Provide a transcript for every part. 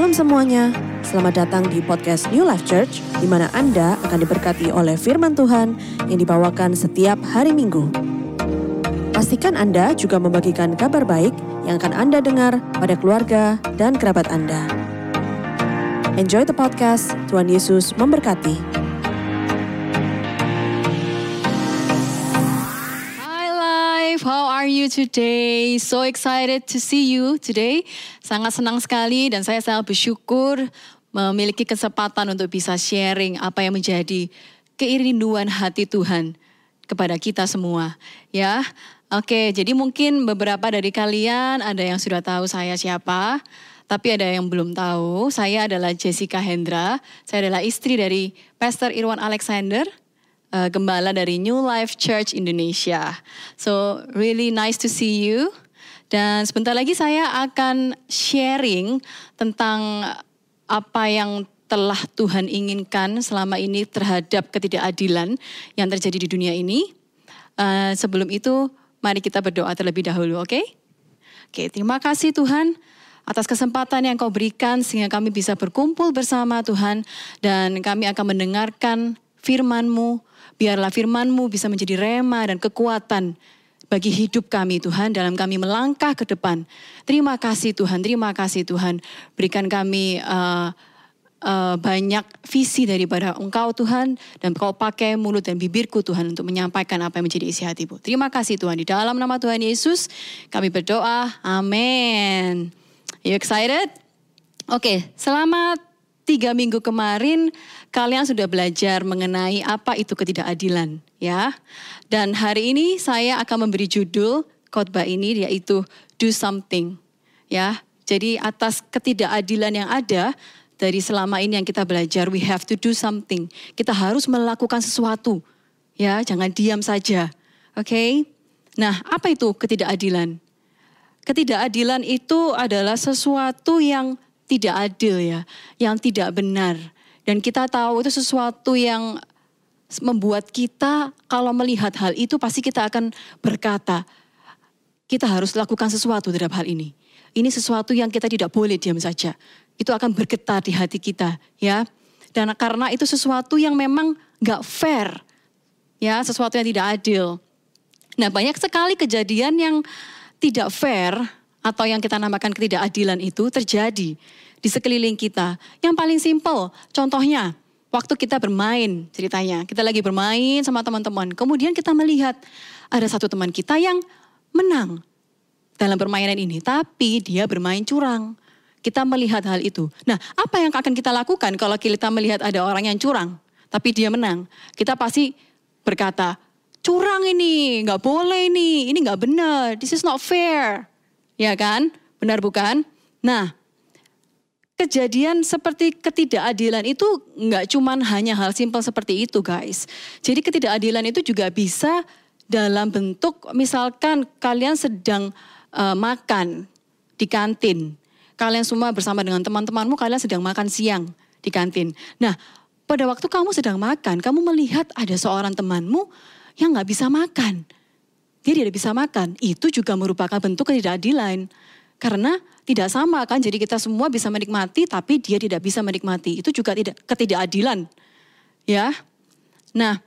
Shalom semuanya, selamat datang di podcast New Life Church, di mana Anda akan diberkati oleh firman Tuhan yang dibawakan setiap hari Minggu. Pastikan Anda juga membagikan kabar baik yang akan Anda dengar pada keluarga dan kerabat Anda. Enjoy the podcast, Tuhan Yesus memberkati. How are you today? So excited to see you today. Sangat senang sekali dan saya sangat bersyukur memiliki kesempatan untuk bisa sharing apa yang menjadi kerinduan hati Tuhan kepada kita semua. Ya, oke. Jadi mungkin beberapa dari kalian ada yang sudah tahu saya siapa, tapi ada yang belum tahu. Saya adalah Jessica Hendra. Saya adalah istri dari Pastor Irwan Alexander, gembala dari New Life Church Indonesia. So really nice to see you. Dan sebentar lagi saya akan sharing tentang apa yang telah Tuhan inginkan selama ini terhadap ketidakadilan yang terjadi di dunia ini. Sebelum itu, mari kita berdoa terlebih dahulu, oke? Oke, terima kasih Tuhan atas kesempatan yang Kau berikan sehingga kami bisa berkumpul bersama Tuhan dan kami akan mendengarkan firman-Mu. Biarlah firman-Mu bisa menjadi rema dan kekuatan bagi hidup kami Tuhan dalam kami melangkah ke depan. Terima kasih Tuhan, terima kasih Tuhan. Berikan kami banyak visi daripada Engkau Tuhan. Dan Kau pakai mulut dan bibirku Tuhan untuk menyampaikan apa yang menjadi isi hati-Mu. Terima kasih Tuhan, di dalam nama Tuhan Yesus kami berdoa, amin. You excited? Oke, selamat 3 minggu kemarin kalian sudah belajar mengenai apa itu ketidakadilan, ya. Dan hari ini saya akan memberi judul khotbah ini yaitu do something, ya. Jadi atas ketidakadilan yang ada dari selama ini yang kita belajar, we have to do something. Kita harus melakukan sesuatu, ya. Jangan diam saja, oke? Nah, apa itu ketidakadilan? Ketidakadilan itu adalah sesuatu yang tidak adil ya, yang tidak benar. Dan kita tahu itu sesuatu yang membuat kita kalau melihat hal itu pasti kita akan berkata, kita harus lakukan sesuatu terhadap hal ini. Ini sesuatu yang kita tidak boleh diam saja. Itu akan bergetar di hati kita ya. Dan karena itu sesuatu yang memang gak fair. Ya, sesuatu yang tidak adil. Nah, banyak sekali kejadian yang tidak fair atau yang kita namakan ketidakadilan itu terjadi di sekeliling kita. Yang paling simpel, contohnya waktu kita bermain ceritanya. Kita lagi bermain sama teman-teman. Kemudian kita melihat ada satu teman kita yang menang dalam permainan ini. Tapi dia bermain curang. Kita melihat hal itu. Nah, apa yang akan kita lakukan kalau kita melihat ada orang yang curang tapi dia menang? Kita pasti berkata, curang ini, gak boleh ini gak benar. This is not fair. Ya kan? Benar bukan? Nah, kejadian seperti ketidakadilan itu nggak cuman hanya hal simpel seperti itu guys. Jadi ketidakadilan itu juga bisa dalam bentuk misalkan kalian sedang makan di kantin. Kalian semua bersama dengan teman-temanmu, kalian sedang makan siang di kantin. Nah, pada waktu kamu sedang makan, kamu melihat ada seorang temanmu yang nggak bisa makan. Dia tidak bisa makan, itu juga merupakan bentuk ketidakadilan. Karena tidak sama kan, jadi kita semua bisa menikmati tapi dia tidak bisa menikmati. Itu juga ketidakadilan. Ya. Nah,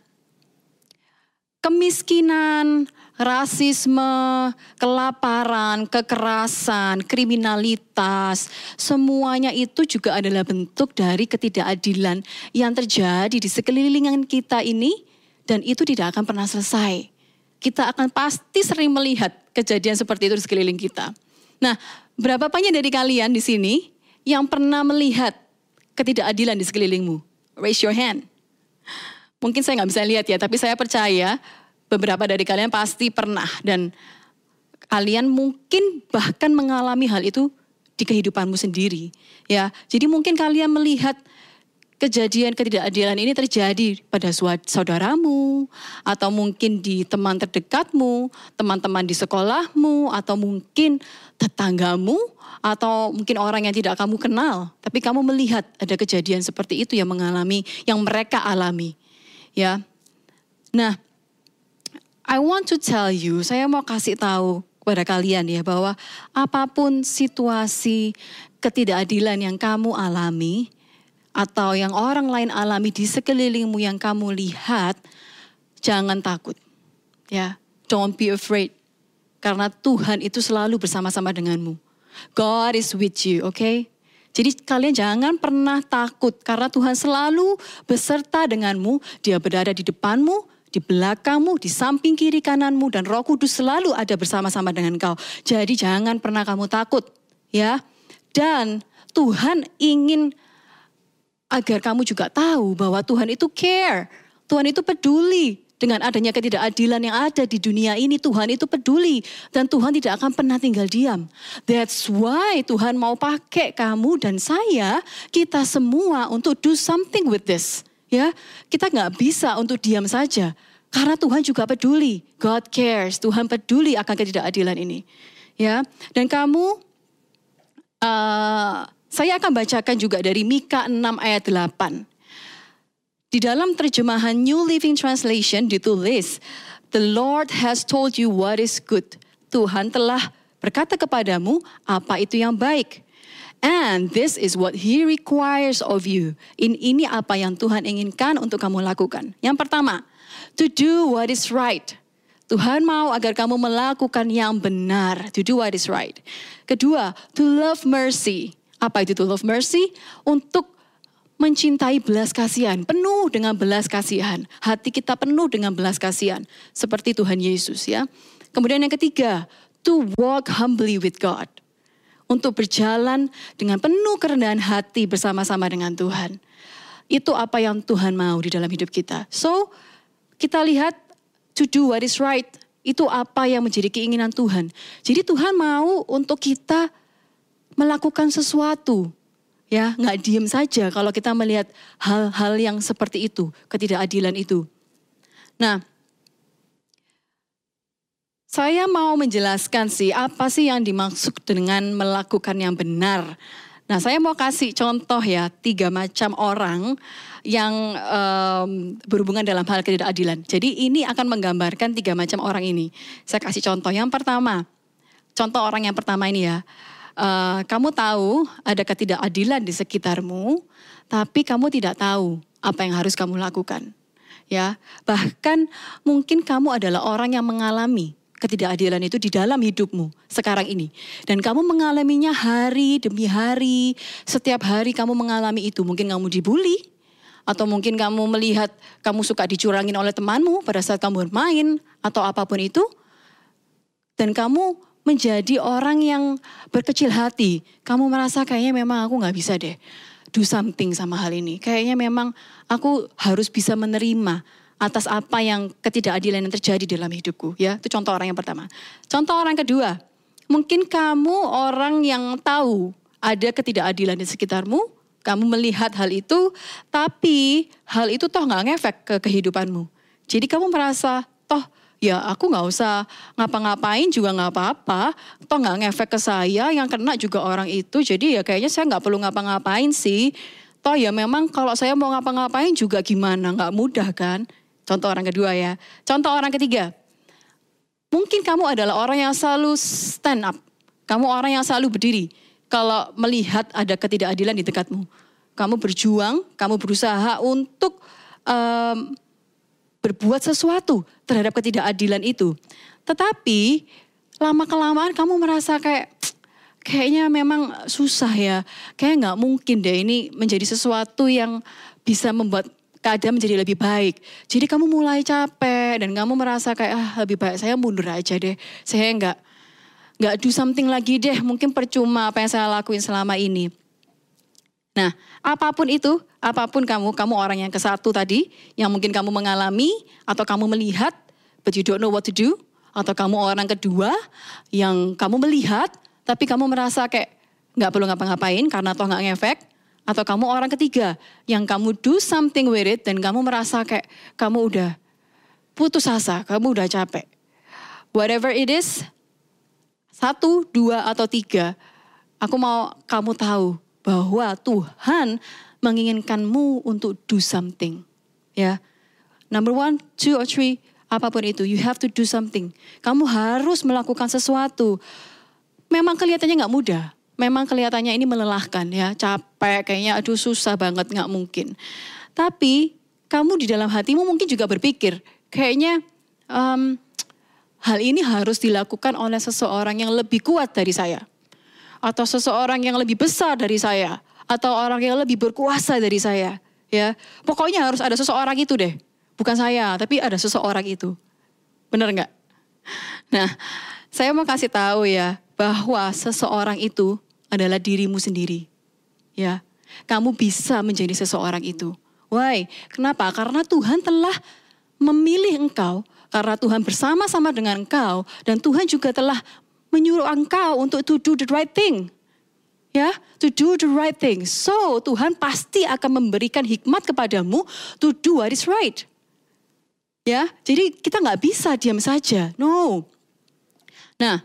kemiskinan, rasisme, kelaparan, kekerasan, kriminalitas, semuanya itu juga adalah bentuk dari ketidakadilan yang terjadi di sekeliling kita ini dan itu tidak akan pernah selesai. Kita akan pasti sering melihat kejadian seperti itu di sekeliling kita. Nah, berapa banyak dari kalian di sini yang pernah melihat ketidakadilan di sekelilingmu? Raise your hand. Mungkin saya nggak bisa lihat ya, tapi saya percaya beberapa dari kalian pasti pernah. Dan kalian mungkin bahkan mengalami hal itu di kehidupanmu sendiri. Ya, jadi mungkin kalian melihat kejadian ketidakadilan ini terjadi pada saudaramu, atau mungkin di teman terdekatmu, teman-teman di sekolahmu, atau mungkin tetanggamu, atau mungkin orang yang tidak kamu kenal. Tapi kamu melihat ada kejadian seperti itu yang mereka alami. Ya, nah, I want to tell you, saya mau kasih tahu kepada kalian ya, bahwa apapun situasi ketidakadilan yang kamu alami, atau yang orang lain alami di sekelilingmu yang kamu lihat, jangan takut. Ya, don't be afraid. Karena Tuhan itu selalu bersama-sama denganmu. God is with you, okay? Jadi kalian jangan pernah takut karena Tuhan selalu beserta denganmu. Dia berada di depanmu, di belakangmu, di samping kiri kananmu, dan Roh Kudus selalu ada bersama-sama dengan kau. Jadi jangan pernah kamu takut, ya. Dan Tuhan ingin agar kamu juga tahu bahwa Tuhan itu care. Tuhan itu peduli dengan adanya ketidakadilan yang ada di dunia ini. Tuhan itu peduli dan Tuhan tidak akan pernah tinggal diam. That's why Tuhan mau pakai kamu dan saya, kita semua untuk do something with this. Ya, kita nggak bisa untuk diam saja karena Tuhan juga peduli. God cares. Tuhan peduli akan ketidakadilan ini. Ya, dan kamu, saya akan bacakan juga dari Mika 6 ayat 8. Di dalam terjemahan New Living Translation ditulis, "The Lord has told you what is good." Tuhan telah berkata kepadamu apa itu yang baik. And this is what He requires of you. Ini apa yang Tuhan inginkan untuk kamu lakukan. Yang pertama, to do what is right. Tuhan mau agar kamu melakukan yang benar. To do what is right. Kedua, to love mercy. Apa itu to love mercy? Untuk mencintai belas kasihan, penuh dengan belas kasihan. Hati kita penuh dengan belas kasihan. Seperti Tuhan Yesus ya. Kemudian yang ketiga, to walk humbly with God. Untuk berjalan dengan penuh kerendahan hati bersama-sama dengan Tuhan. Itu apa yang Tuhan mau di dalam hidup kita. So, kita lihat to do what is right. Itu apa yang menjadi keinginan Tuhan. Jadi Tuhan mau untuk kita melakukan sesuatu. Ya, nggak diem saja kalau kita melihat hal-hal yang seperti itu, ketidakadilan itu. Nah, saya mau menjelaskan apa sih yang dimaksud dengan melakukan yang benar. Nah, saya mau kasih contoh ya, 3 macam orang yang berhubungan dalam hal ketidakadilan. Jadi ini akan menggambarkan 3 macam orang ini. Saya kasih contoh. Yang pertama, contoh orang yang pertama ini ya. Kamu tahu ada ketidakadilan di sekitarmu, tapi kamu tidak tahu apa yang harus kamu lakukan. Ya, bahkan mungkin kamu adalah orang yang mengalami ketidakadilan itu di dalam hidupmu sekarang ini. Dan kamu mengalaminya hari demi hari, setiap hari kamu mengalami itu. Mungkin kamu dibully, atau mungkin kamu melihat kamu suka dicurangin oleh temanmu pada saat kamu bermain, atau apapun itu. Dan kamu menjadi orang yang berkecil hati. Kamu merasa kayaknya memang aku gak bisa deh do something sama hal ini. Kayaknya memang aku harus bisa menerima atas apa yang ketidakadilan yang terjadi dalam hidupku. Ya, itu contoh orang yang pertama. Contoh orang kedua, mungkin kamu orang yang tahu ada ketidakadilan di sekitarmu, kamu melihat hal itu, tapi hal itu toh gak ngefek ke kehidupanmu. Jadi kamu merasa, toh ya aku gak usah ngapa-ngapain juga gak apa-apa, toh gak ngefek ke saya, yang kena juga orang itu, jadi ya kayaknya saya gak perlu ngapa-ngapain sih. Toh ya memang kalau saya mau ngapa-ngapain juga gimana, gak mudah kan. Contoh orang kedua ya. Contoh orang ketiga. Mungkin kamu adalah orang yang selalu stand up. Kamu orang yang selalu berdiri. Kalau melihat ada ketidakadilan di dekatmu. Kamu berjuang, kamu berusaha untuk berbuat sesuatu terhadap ketidakadilan itu. Tetapi lama-kelamaan kamu merasa kayaknya memang susah ya. Kayak gak mungkin deh ini menjadi sesuatu yang bisa membuat keadaan menjadi lebih baik. Jadi kamu mulai capek dan kamu merasa lebih baik saya mundur aja deh. Saya nggak do something lagi deh. Mungkin percuma apa yang saya lakuin selama ini. Nah, apapun itu, apapun kamu orang yang ke-1 tadi, yang mungkin kamu mengalami atau kamu melihat, but you don't know what to do, atau kamu orang kedua yang kamu melihat, tapi kamu merasa kayak nggak perlu ngapa-ngapain karena toh nggak ngefek. Atau kamu orang ketiga yang kamu do something with it dan kamu merasa kayak kamu udah putus asa, kamu udah capek. Whatever it is, 1, 2, atau 3, aku mau kamu tahu bahwa Tuhan menginginkanmu untuk do something. Ya, number 1, 2, or 3, apapun itu, you have to do something. Kamu harus melakukan sesuatu. Memang kelihatannya nggak mudah. Memang kelihatannya ini melelahkan ya, capek, kayaknya aduh susah banget, nggak mungkin. Tapi kamu di dalam hatimu mungkin juga berpikir, kayaknya hal ini harus dilakukan oleh seseorang yang lebih kuat dari saya. Atau seseorang yang lebih besar dari saya. Atau orang yang lebih berkuasa dari saya. Ya, pokoknya harus ada seseorang itu deh. Bukan saya, tapi ada seseorang itu. Benar nggak? Nah, saya mau kasih tahu ya, bahwa seseorang itu adalah dirimu sendiri. Ya, kamu bisa menjadi seseorang itu. Why? Kenapa? Karena Tuhan telah memilih engkau, karena Tuhan bersama-sama dengan engkau, dan Tuhan juga telah menyuruh engkau untuk to do the right thing. Ya, to do the right thing. So, Tuhan pasti akan memberikan hikmat kepadamu to do what is right. Ya, jadi kita nggak bisa diam saja. No. Nah,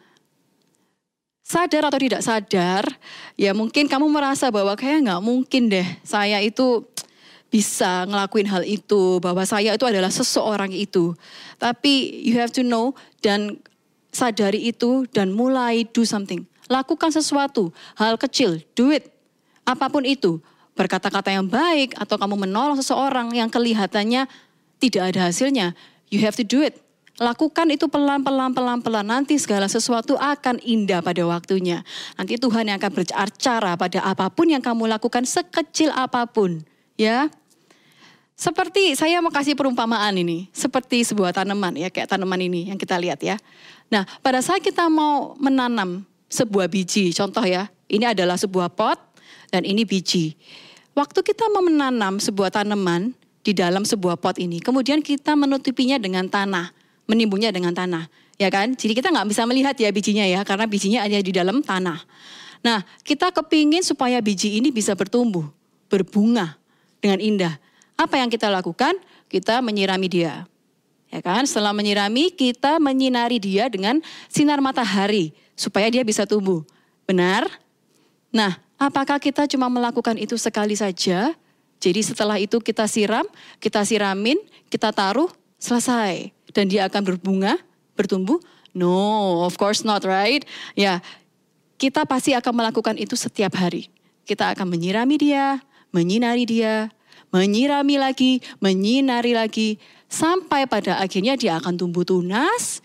sadar atau tidak sadar, ya mungkin kamu merasa bahwa kayak nggak mungkin deh saya itu bisa ngelakuin hal itu, bahwa saya itu adalah seseorang itu. Tapi you have to know dan sadari itu dan mulai do something. Lakukan sesuatu, hal kecil, do it. Apapun itu, berkata-kata yang baik atau kamu menolong seseorang yang kelihatannya tidak ada hasilnya, you have to do it. Lakukan itu pelan-pelan. Nanti segala sesuatu akan indah pada waktunya. Nanti Tuhan yang akan berbicara pada apapun yang kamu lakukan sekecil apapun. Ya, seperti saya mau kasih perumpamaan ini. Seperti sebuah tanaman ya, kayak tanaman ini yang kita lihat ya. Nah, pada saat kita mau menanam sebuah biji, contoh ya, ini adalah sebuah pot dan ini biji. Waktu kita mau menanam sebuah tanaman di dalam sebuah pot ini, kemudian kita menutupinya dengan tanah. Menimbunnya dengan tanah, ya kan? Jadi kita nggak bisa melihat ya bijinya ya, karena bijinya ada di dalam tanah. Nah, kita kepingin supaya biji ini bisa bertumbuh, berbunga dengan indah. Apa yang kita lakukan? Kita menyirami dia, ya kan? Setelah menyirami, kita menyinari dia dengan sinar matahari supaya dia bisa tumbuh. Benar? Nah, apakah kita cuma melakukan itu sekali saja? Jadi setelah itu kita siram, kita siramin, kita taruh, selesai. Dan dia akan berbunga, bertumbuh? No, of course not, right? Ya, kita pasti akan melakukan itu setiap hari. Kita akan menyirami dia, menyinari dia, menyirami lagi, menyinari lagi. Sampai pada akhirnya dia akan tumbuh tunas,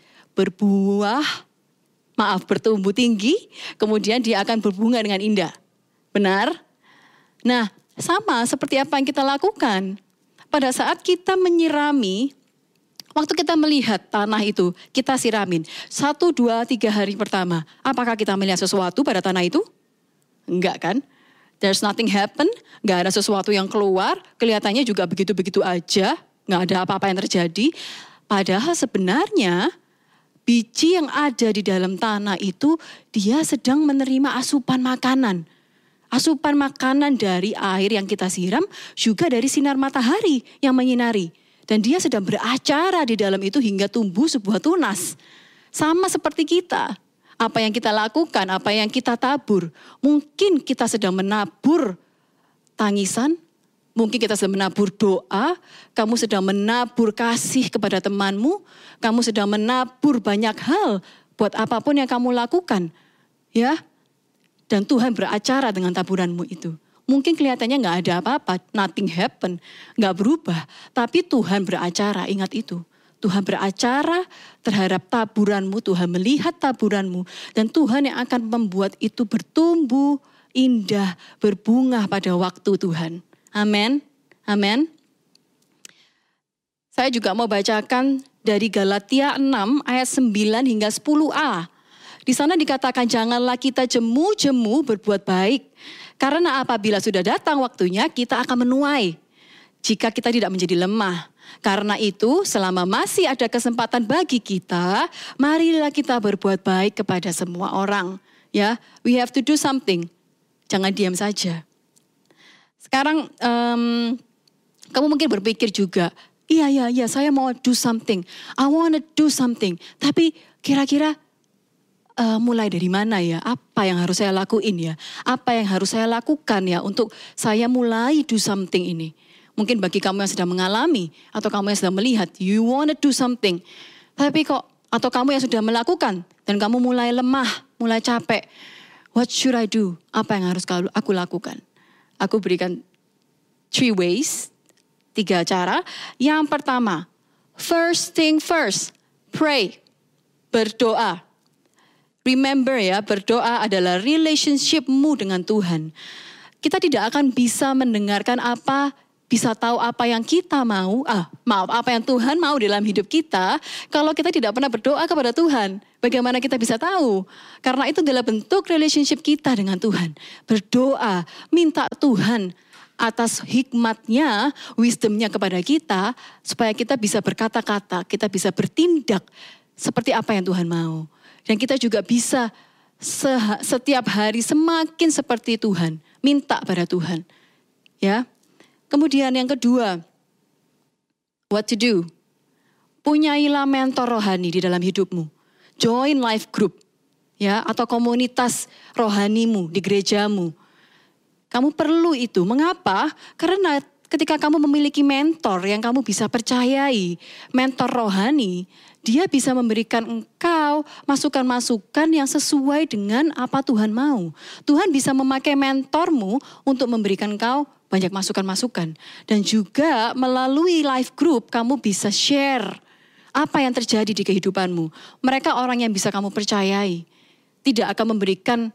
bertumbuh tinggi, kemudian dia akan berbunga dengan indah. Benar? Nah, sama seperti apa yang kita lakukan. Pada saat kita menyirami, waktu kita melihat tanah itu, kita siramin. 1, 2, 3 hari pertama. Apakah kita melihat sesuatu pada tanah itu? Enggak kan? There's nothing happen. Enggak ada sesuatu yang keluar. Kelihatannya juga begitu-begitu aja. Enggak ada apa-apa yang terjadi. Padahal sebenarnya biji yang ada di dalam tanah itu, dia sedang menerima asupan makanan. Asupan makanan dari air yang kita siram, juga dari sinar matahari yang menyinari. Dan dia sedang beracara di dalam itu hingga tumbuh sebuah tunas. Sama seperti kita. Apa yang kita lakukan, apa yang kita tabur. Mungkin kita sedang menabur tangisan. Mungkin kita sedang menabur doa. Kamu sedang menabur kasih kepada temanmu. Kamu sedang menabur banyak hal buat apapun yang kamu lakukan. Ya. Dan Tuhan beracara dengan taburanmu itu. Mungkin kelihatannya nggak ada apa-apa, nothing happen, nggak berubah. Tapi Tuhan beracara, ingat itu. Tuhan beracara terhadap taburanmu, Tuhan melihat taburanmu. Dan Tuhan yang akan membuat itu bertumbuh, indah, berbunga pada waktu Tuhan. Amin, amin. Saya juga mau bacakan dari Galatia 6 ayat 9 hingga 10a. Di sana dikatakan janganlah kita jemu-jemu berbuat baik. Karena apabila sudah datang waktunya kita akan menuai. Jika kita tidak menjadi lemah. Karena itu selama masih ada kesempatan bagi kita, marilah kita berbuat baik kepada semua orang. Ya, we have to do something. Jangan diam saja. Sekarang kamu mungkin berpikir juga, iya saya mau do something. I wanna do something. Tapi kira-kira mulai dari mana ya? Apa yang harus saya lakuin ya? Apa yang harus saya lakukan ya untuk saya mulai do something ini? Mungkin bagi kamu yang sedang mengalami atau kamu yang sedang melihat, you wanna do something. Tapi kok, atau kamu yang sudah melakukan dan kamu mulai lemah, mulai capek. What should I do? Apa yang harus aku lakukan? Aku berikan 3 ways, 3 cara. Yang pertama, first thing first, pray, berdoa. Remember ya, berdoa adalah relationship-mu dengan Tuhan. Kita tidak akan bisa mendengarkan bisa tahu apa yang kita mau, apa yang Tuhan mau dalam hidup kita, kalau kita tidak pernah berdoa kepada Tuhan. Bagaimana kita bisa tahu? Karena itu adalah bentuk relationship kita dengan Tuhan. Berdoa, minta Tuhan atas hikmatnya, wisdomnya kepada kita, supaya kita bisa berkata-kata, kita bisa bertindak seperti apa yang Tuhan mau. Dan kita juga bisa setiap hari semakin seperti Tuhan, minta pada Tuhan. Ya. Kemudian yang kedua, what to do? Punyailah mentor rohani di dalam hidupmu. Join life group, ya, atau komunitas rohanimu di gerejamu. Kamu perlu itu. Mengapa? Karena ketika kamu memiliki mentor yang kamu bisa percayai, mentor rohani, dia bisa memberikan engkau masukan-masukan yang sesuai dengan apa Tuhan mau. Tuhan bisa memakai mentormu untuk memberikan engkau banyak masukan-masukan. Dan juga melalui life group kamu bisa share apa yang terjadi di kehidupanmu. Mereka orang yang bisa kamu percayai. Tidak akan memberikan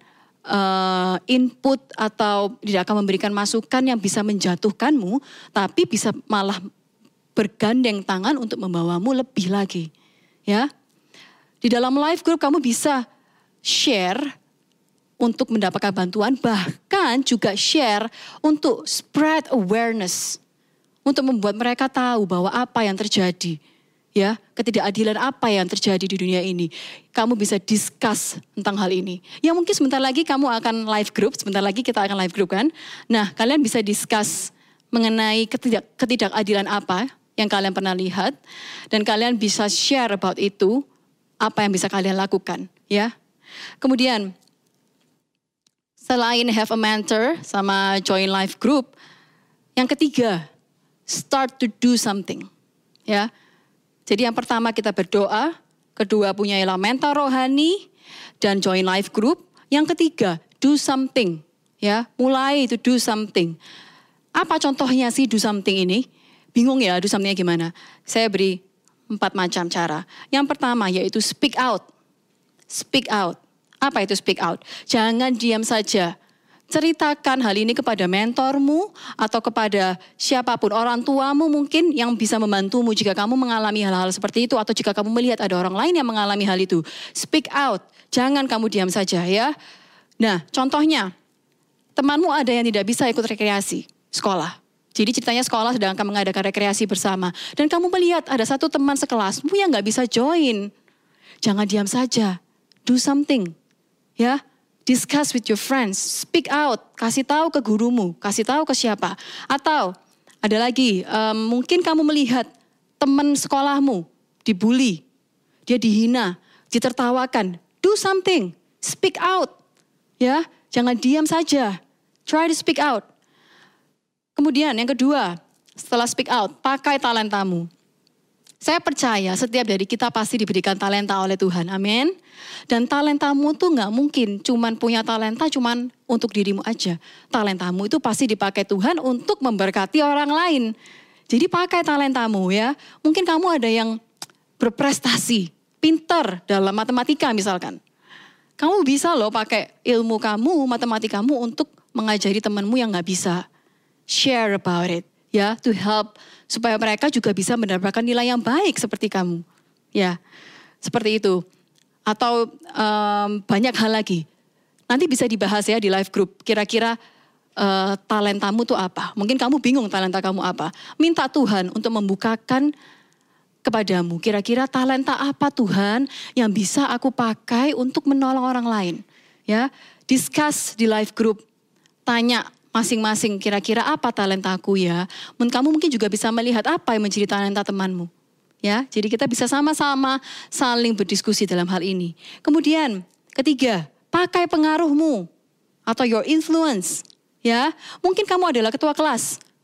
input atau tidak akan memberikan masukan yang bisa menjatuhkanmu. Tapi bisa malah bergandeng tangan untuk membawamu lebih lagi. Ya, di dalam life group kamu bisa share untuk mendapatkan bantuan, bahkan juga share untuk spread awareness, untuk membuat mereka tahu bahwa apa yang terjadi, ya, ketidakadilan apa yang terjadi di dunia ini. Kamu bisa discuss tentang hal ini. Ya mungkin sebentar lagi kamu akan live group, sebentar lagi kita akan live group kan. Nah, kalian bisa discuss mengenai ketidakadilan apa yang kalian pernah lihat, dan kalian bisa share about itu, apa yang bisa kalian lakukan, ya. Kemudian, selain have a mentor sama join life group, yang ketiga, start to do something, ya. Jadi yang pertama kita berdoa, kedua punyailah mentor rohani, dan join life group. Yang ketiga, do something, ya. Mulai to do something. Apa contohnya sih do something ini? Bingung ya do somethingnya gimana? Saya beri 4 macam cara. Yang pertama yaitu speak out. Speak out. Apa itu speak out? Jangan diam saja. Ceritakan hal ini kepada mentormu atau kepada siapapun, orang tuamu mungkin yang bisa membantumu jika kamu mengalami hal-hal seperti itu atau jika kamu melihat ada orang lain yang mengalami hal itu. Speak out. Jangan kamu diam saja ya. Nah, contohnya temanmu ada yang tidak bisa ikut rekreasi sekolah. Jadi ceritanya sekolah sedang akan mengadakan rekreasi bersama. Dan kamu melihat ada satu teman sekelasmu yang gak bisa join. Jangan diam saja. Do something. Ya, discuss with your friends. Speak out. Kasih tahu ke gurumu. Kasih tahu ke siapa. Atau ada lagi, mungkin kamu melihat teman sekolahmu dibully. Dia dihina, ditertawakan. Do something. Speak out. Ya, jangan diam saja. Try to speak out. Kemudian yang kedua, setelah speak out, pakai talentamu. Saya percaya setiap dari kita pasti diberikan talenta oleh Tuhan, amin. Dan talentamu tuh gak mungkin cuman punya talenta cuman untuk dirimu aja. Talentamu itu pasti dipakai Tuhan untuk memberkati orang lain. Jadi pakai talentamu ya. Mungkin kamu ada yang berprestasi, pintar dalam matematika misalkan. Kamu bisa loh pakai ilmu kamu, matematikamu untuk mengajari temanmu yang gak bisa. Share about it, ya, to help supaya mereka juga bisa mendapatkan nilai yang baik seperti kamu, ya, seperti itu. Atau banyak hal lagi. Nanti bisa dibahas ya di live group. Kira-kira talentamu tuh apa? Mungkin kamu bingung talenta kamu apa. Minta Tuhan untuk membukakan kepadamu. Kira-kira talenta apa Tuhan yang bisa aku pakai untuk menolong orang lain, ya. Discuss di live group. Tanya masing-masing kira-kira apa talentaku ya. Kamu mungkin juga bisa melihat apa yang menjadi talenta temanmu. Ya, jadi kita bisa sama-sama saling berdiskusi dalam hal ini. Kemudian, ketiga, pakai pengaruhmu atau your influence. Ya, mungkin kamu adalah ketua kelas.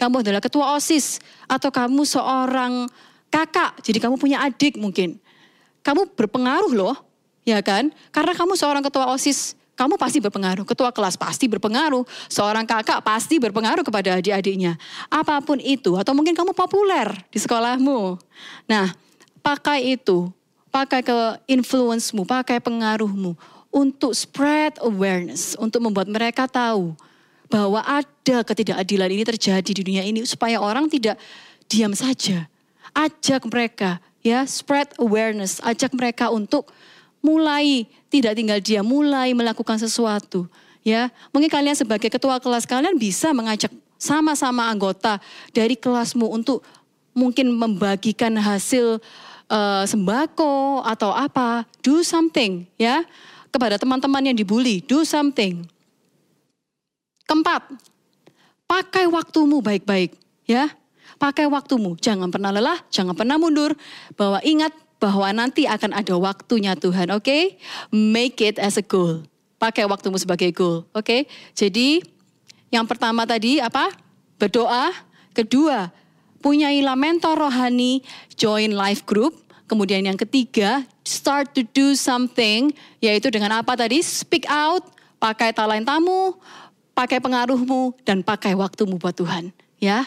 kamu adalah ketua OSIS, atau kamu seorang kakak, jadi kamu punya adik mungkin. Kamu berpengaruh loh, ya kan? Karena kamu seorang ketua OSIS, kamu pasti berpengaruh. Ketua kelas pasti berpengaruh. Seorang kakak pasti berpengaruh kepada adik-adiknya. Apapun itu, atau mungkin kamu populer di sekolahmu. Nah, pakai itu, pakai ke influence-mu, pakai pengaruhmu untuk spread awareness, untuk membuat mereka tahu bahwa ada ketidakadilan ini terjadi di dunia ini supaya orang tidak diam saja. Ajak mereka, ya, spread awareness, ajak mereka untuk mulai tidak tinggal diam, mulai melakukan sesuatu, ya. Mungkin kalian sebagai ketua kelas kalian bisa mengajak sama-sama anggota dari kelasmu untuk mungkin membagikan hasil sembako atau apa, do something, ya. Kepada teman-teman yang dibully, do something. Keempat, pakai waktumu baik-baik, ya. Pakai waktumu, jangan pernah lelah, jangan pernah mundur. Bahwa ingat bahwa nanti akan ada waktunya Tuhan, oke? Make it as a goal. Pakai waktumu sebagai goal, oke? Jadi yang pertama tadi apa? Berdoa. Kedua, punyailah mentor rohani, join life group. Kemudian yang ketiga, start to do something, yaitu dengan apa tadi? Speak out, pakai talentamu, pakai pengaruhmu, dan pakai waktumu buat Tuhan, ya.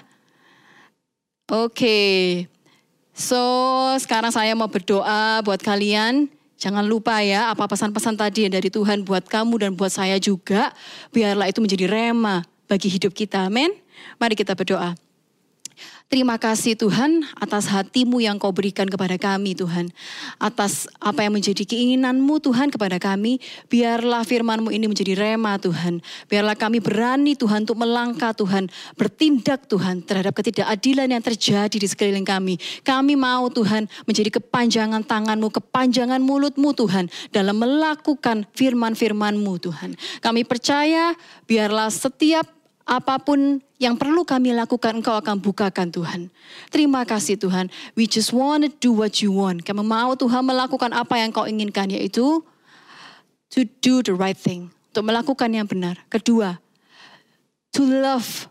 Oke, so sekarang saya mau berdoa buat kalian. Jangan lupa ya, apa pesan-pesan tadi yang dari Tuhan buat kamu dan buat saya juga. Biarlah itu menjadi rema bagi hidup kita, amin. Mari kita berdoa. Terima kasih Tuhan atas hatimu yang kau berikan kepada kami Tuhan. Atas apa yang menjadi keinginanmu Tuhan kepada kami. Biarlah firmanmu ini menjadi rema Tuhan. Biarlah kami berani Tuhan untuk melangkah Tuhan. Bertindak Tuhan terhadap ketidakadilan yang terjadi di sekeliling kami. Kami mau Tuhan menjadi kepanjangan tanganmu, kepanjangan mulutmu Tuhan. Dalam melakukan firman-firmanmu Tuhan. Kami percaya biarlah setiap apapun yang perlu kami lakukan, Engkau akan bukakan Tuhan. Terima kasih Tuhan. We just want to do what you want. Kami mau Tuhan melakukan apa yang Kau inginkan, yaitu to do the right thing. Untuk melakukan yang benar. Kedua, to love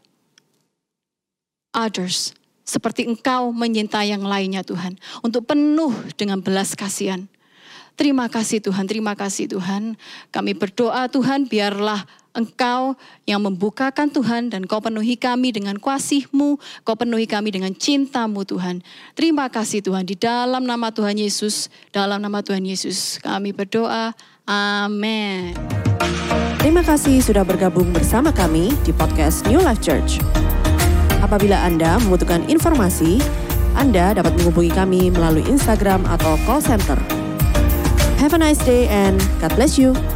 others. Seperti Engkau menyintai yang lainnya Tuhan. Untuk penuh dengan belas kasihan. Terima kasih Tuhan, terima kasih Tuhan. Kami berdoa Tuhan, biarlah Engkau yang membukakan Tuhan dan Kau penuhi kami dengan kasih-Mu, Kau penuhi kami dengan cinta-Mu Tuhan. Terima kasih Tuhan, di dalam nama Tuhan Yesus, dalam nama Tuhan Yesus kami berdoa, amin. Terima kasih sudah bergabung bersama kami di podcast New Life Church. Apabila Anda membutuhkan informasi, Anda dapat menghubungi kami melalui Instagram atau call center. Have a nice day and God bless you.